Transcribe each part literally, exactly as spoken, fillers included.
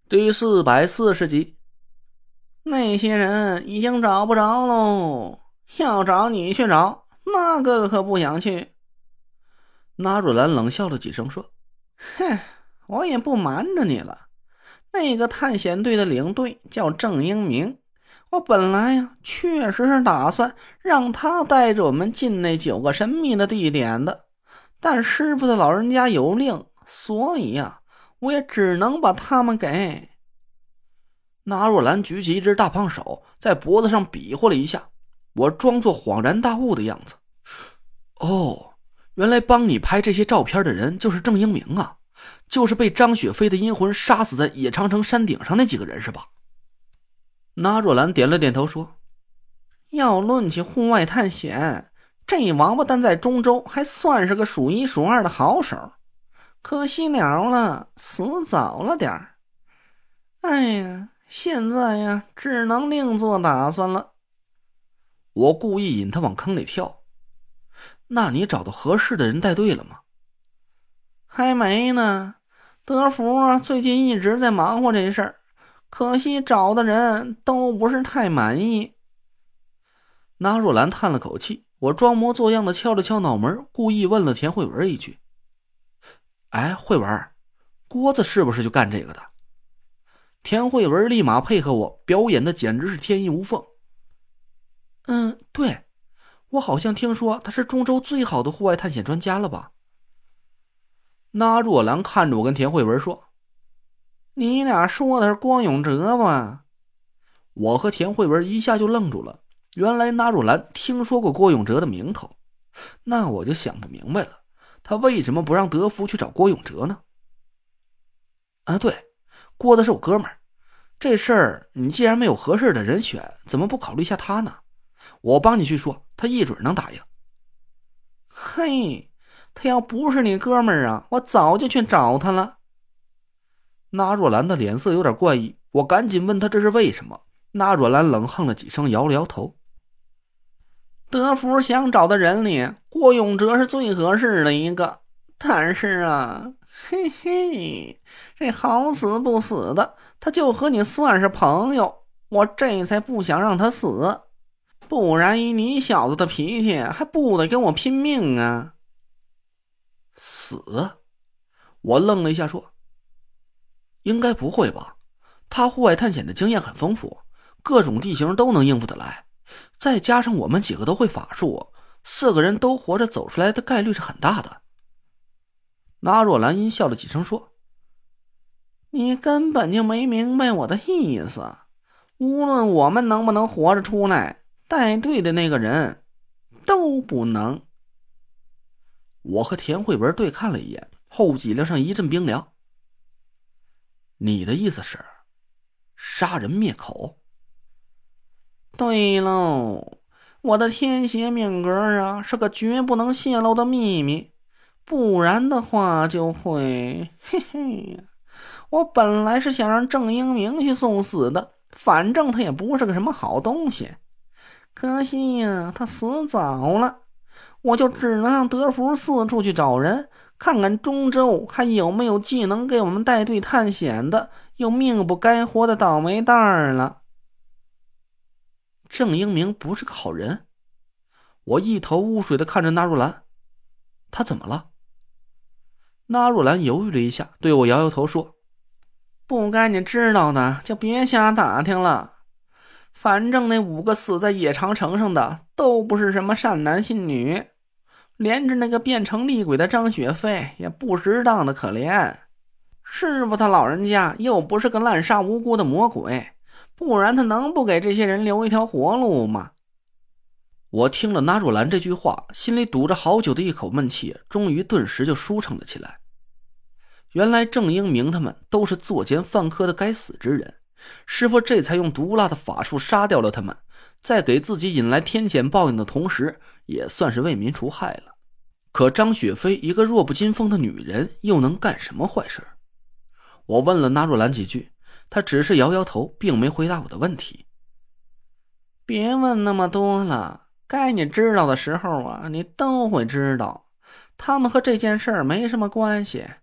第四百四十集，那些人已经找不着喽，要找你去找，那个可不想去。纳若兰冷笑了几声说：“哼，我也不瞒着你了，那个探险队的领队叫郑英明，我本来呀确实是打算让他带着我们进那九个神秘的地点的，但师傅的老人家有令，所以呀。”我也只能把他们给……纳若兰举起一只大胖手，在脖子上比划了一下，我装作恍然大悟的样子。哦，原来帮你拍这些照片的人就是郑英明啊，就是被张雪飞的阴魂杀死在野长城山顶上那几个人是吧？纳若兰点了点头说：“要论起户外探险，这王八蛋在中州还算是个数一数二的好手。”可惜了了，死早了点儿。哎呀，现在呀，只能另做打算了。我故意引他往坑里跳。那你找到合适的人带队了吗？还没呢。德福啊，最近一直在忙活这事儿，可惜找的人都不是太满意。纳若兰叹了口气，我装模作样的敲了敲脑门，故意问了田慧文一句。哎，慧文，郭子是不是就干这个的？田慧文立马配合我，表演的简直是天衣无缝。嗯，对，我好像听说他是中州最好的户外探险专家了吧？纳若兰看着我跟田慧文说：“你俩说的是郭永哲吧？”我和田慧文一下就愣住了，原来纳若兰听说过郭永哲的名头，那我就想不明白了。他为什么不让德福去找郭永哲呢？啊，对，郭子是我哥们儿，这事儿你既然没有合适的人选，怎么不考虑一下他呢？我帮你去说，他一准能答应。嘿，他要不是你哥们儿啊，我早就去找他了。纳若兰的脸色有点怪异，我赶紧问他这是为什么。纳若兰冷哼了几声，摇了摇头。德福想找的人里，郭永哲是最合适的一个，但是啊，嘿嘿，这好死不死的，他就和你算是朋友，我这才不想让他死，不然以你小子的脾气，还不得跟我拼命啊！死？我愣了一下说：“应该不会吧？他户外探险的经验很丰富，各种地形都能应付得来。”再加上我们几个都会法术，四个人都活着走出来的概率是很大的。纳若兰阴笑了几声说：“你根本就没明白我的意思。无论我们能不能活着出来，带队的那个人都不能。”我和田慧文对看了一眼，后脊梁上一阵冰凉。你的意思是杀人灭口？对喽，我的天邪命格啊，是个绝不能泄露的秘密，不然的话就会……嘿嘿，我本来是想让郑英明去送死的，反正他也不是个什么好东西。可惜呀，他死早了，我就只能让德福四处去找人，看看中州还有没有既能给我们带队探险的，又命不该活的倒霉蛋儿了。郑英明不是个好人。我一头雾水地看着纳若兰，他怎么了？纳若兰犹豫了一下，对我摇摇头说：“不该你知道的就别瞎打听了，反正那五个死在野长城上的都不是什么善男信女，连着那个变成厉鬼的张雪飞也不值当的可怜，师傅他老人家又不是个滥杀无辜的魔鬼，不然他能不给这些人留一条活路吗？”我听了纳若兰这句话，心里堵着好久的一口闷气，终于顿时就舒畅了起来。原来郑英明他们都是作奸犯科的该死之人，师傅这才用毒辣的法术杀掉了他们，在给自己引来天谴报应的同时，也算是为民除害了。可张雪飞一个弱不禁风的女人，又能干什么坏事？我问了纳若兰几句，她只是摇摇头，并没回答我的问题。别问那么多了，该你知道的时候啊，你都会知道。他们和这件事儿没什么关系，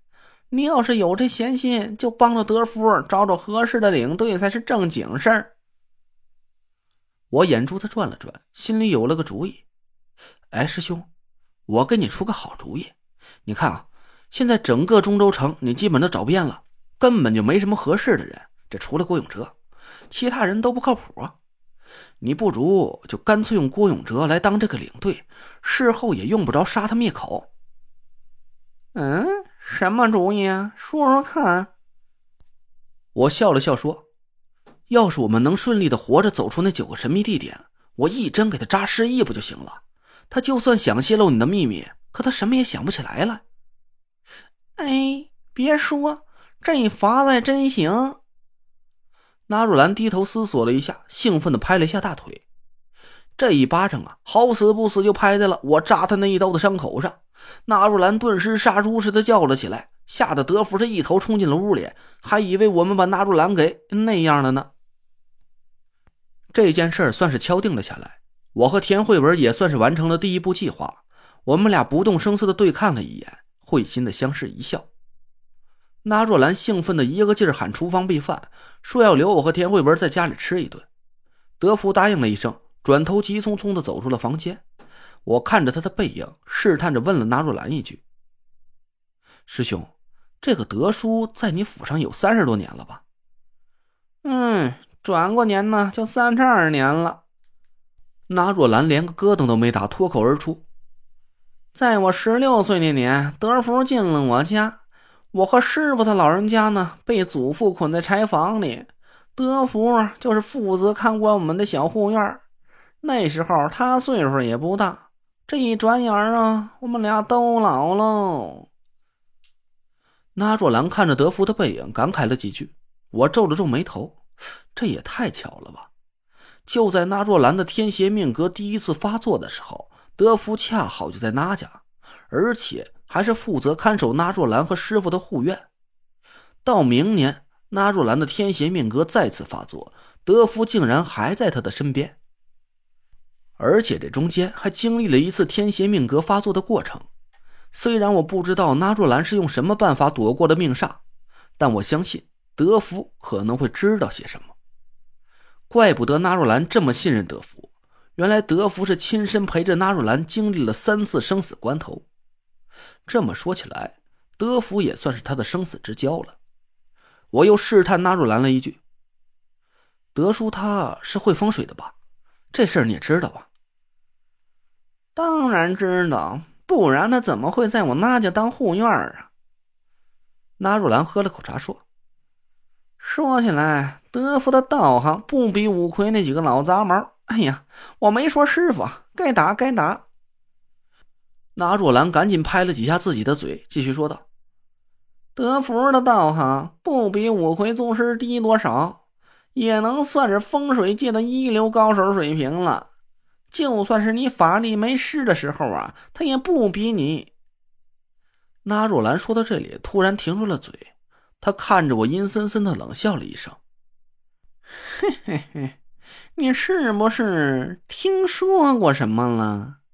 你要是有这闲心，就帮着德福找找合适的领队才是正经事儿。我眼珠子转了转，心里有了个主意。哎，师兄，我给你出个好主意。你看啊，现在整个中州城你基本都找遍了，根本就没什么合适的人，这除了郭永哲，其他人都不靠谱啊。你不如就干脆用郭永哲来当这个领队，事后也用不着杀他灭口。嗯，什么主意啊？说说看。我笑了笑说，要是我们能顺利的活着走出那九个神秘地点，我一针给他扎失忆不就行了？他就算想泄露你的秘密，可他什么也想不起来了。哎，别说，这法子还真行。纳若兰低头思索了一下，兴奋地拍了一下大腿。这一巴掌啊，好死不死就拍在了我扎他那一刀的伤口上。纳若兰顿时杀猪似的叫了起来，吓得德福是一头冲进了屋里，还以为我们把纳若兰给那样了呢。这件事算是敲定了下来，我和田慧文也算是完成了第一步计划。我们俩不动声色地对看了一眼，会心的相视一笑。纳若兰兴奋的一个劲儿喊厨房备饭，说要留我和田慧文在家里吃一顿。德福答应了一声，转头急匆匆地走出了房间。我看着他的背影，试探着问了纳若兰一句：师兄，这个德叔在你府上有三十多年了吧？嗯，转过年呢就三十二年了。纳若兰连个咯噔都没打，脱口而出：在我十六岁那年，德福进了我家，我和师傅他老人家呢被祖父捆在柴房里，德福就是负责看管我们的小护院。那时候他岁数也不大，这一转眼啊，我们俩都老喽。纳若兰看着德福的背影，感慨了几句。我皱了皱眉头，这也太巧了吧！就在纳若兰的天邪命格第一次发作的时候，德福恰好就在那家，而且还是负责看守纳若兰和师傅的护院。到明年，纳若兰的天邪命格再次发作，德福竟然还在他的身边。而且这中间还经历了一次天邪命格发作的过程。虽然我不知道纳若兰是用什么办法躲过的命煞，但我相信德福可能会知道些什么。怪不得纳若兰这么信任德福，原来德福是亲身陪着纳若兰经历了三次生死关头。这么说起来，德福也算是他的生死之交了。我又试探纳若兰了一句：德叔他是会风水的吧？这事儿你也知道吧？当然知道，不然他怎么会在我那家当护院啊？纳若兰喝了口茶说：说起来，德福的道行不比五魁那几个老杂毛。哎呀，我没说师傅，该打该打。纳若兰赶紧拍了几下自己的嘴，继续说道：德福的道行不比五魁宗师低多少，也能算是风水界的一流高手水平了。就算是你法力没失的时候啊，他也不比你。纳若兰说到这里，突然停住了嘴，他看着我，阴森森的冷笑了一声：嘿嘿嘿，你是不是听说过什么了？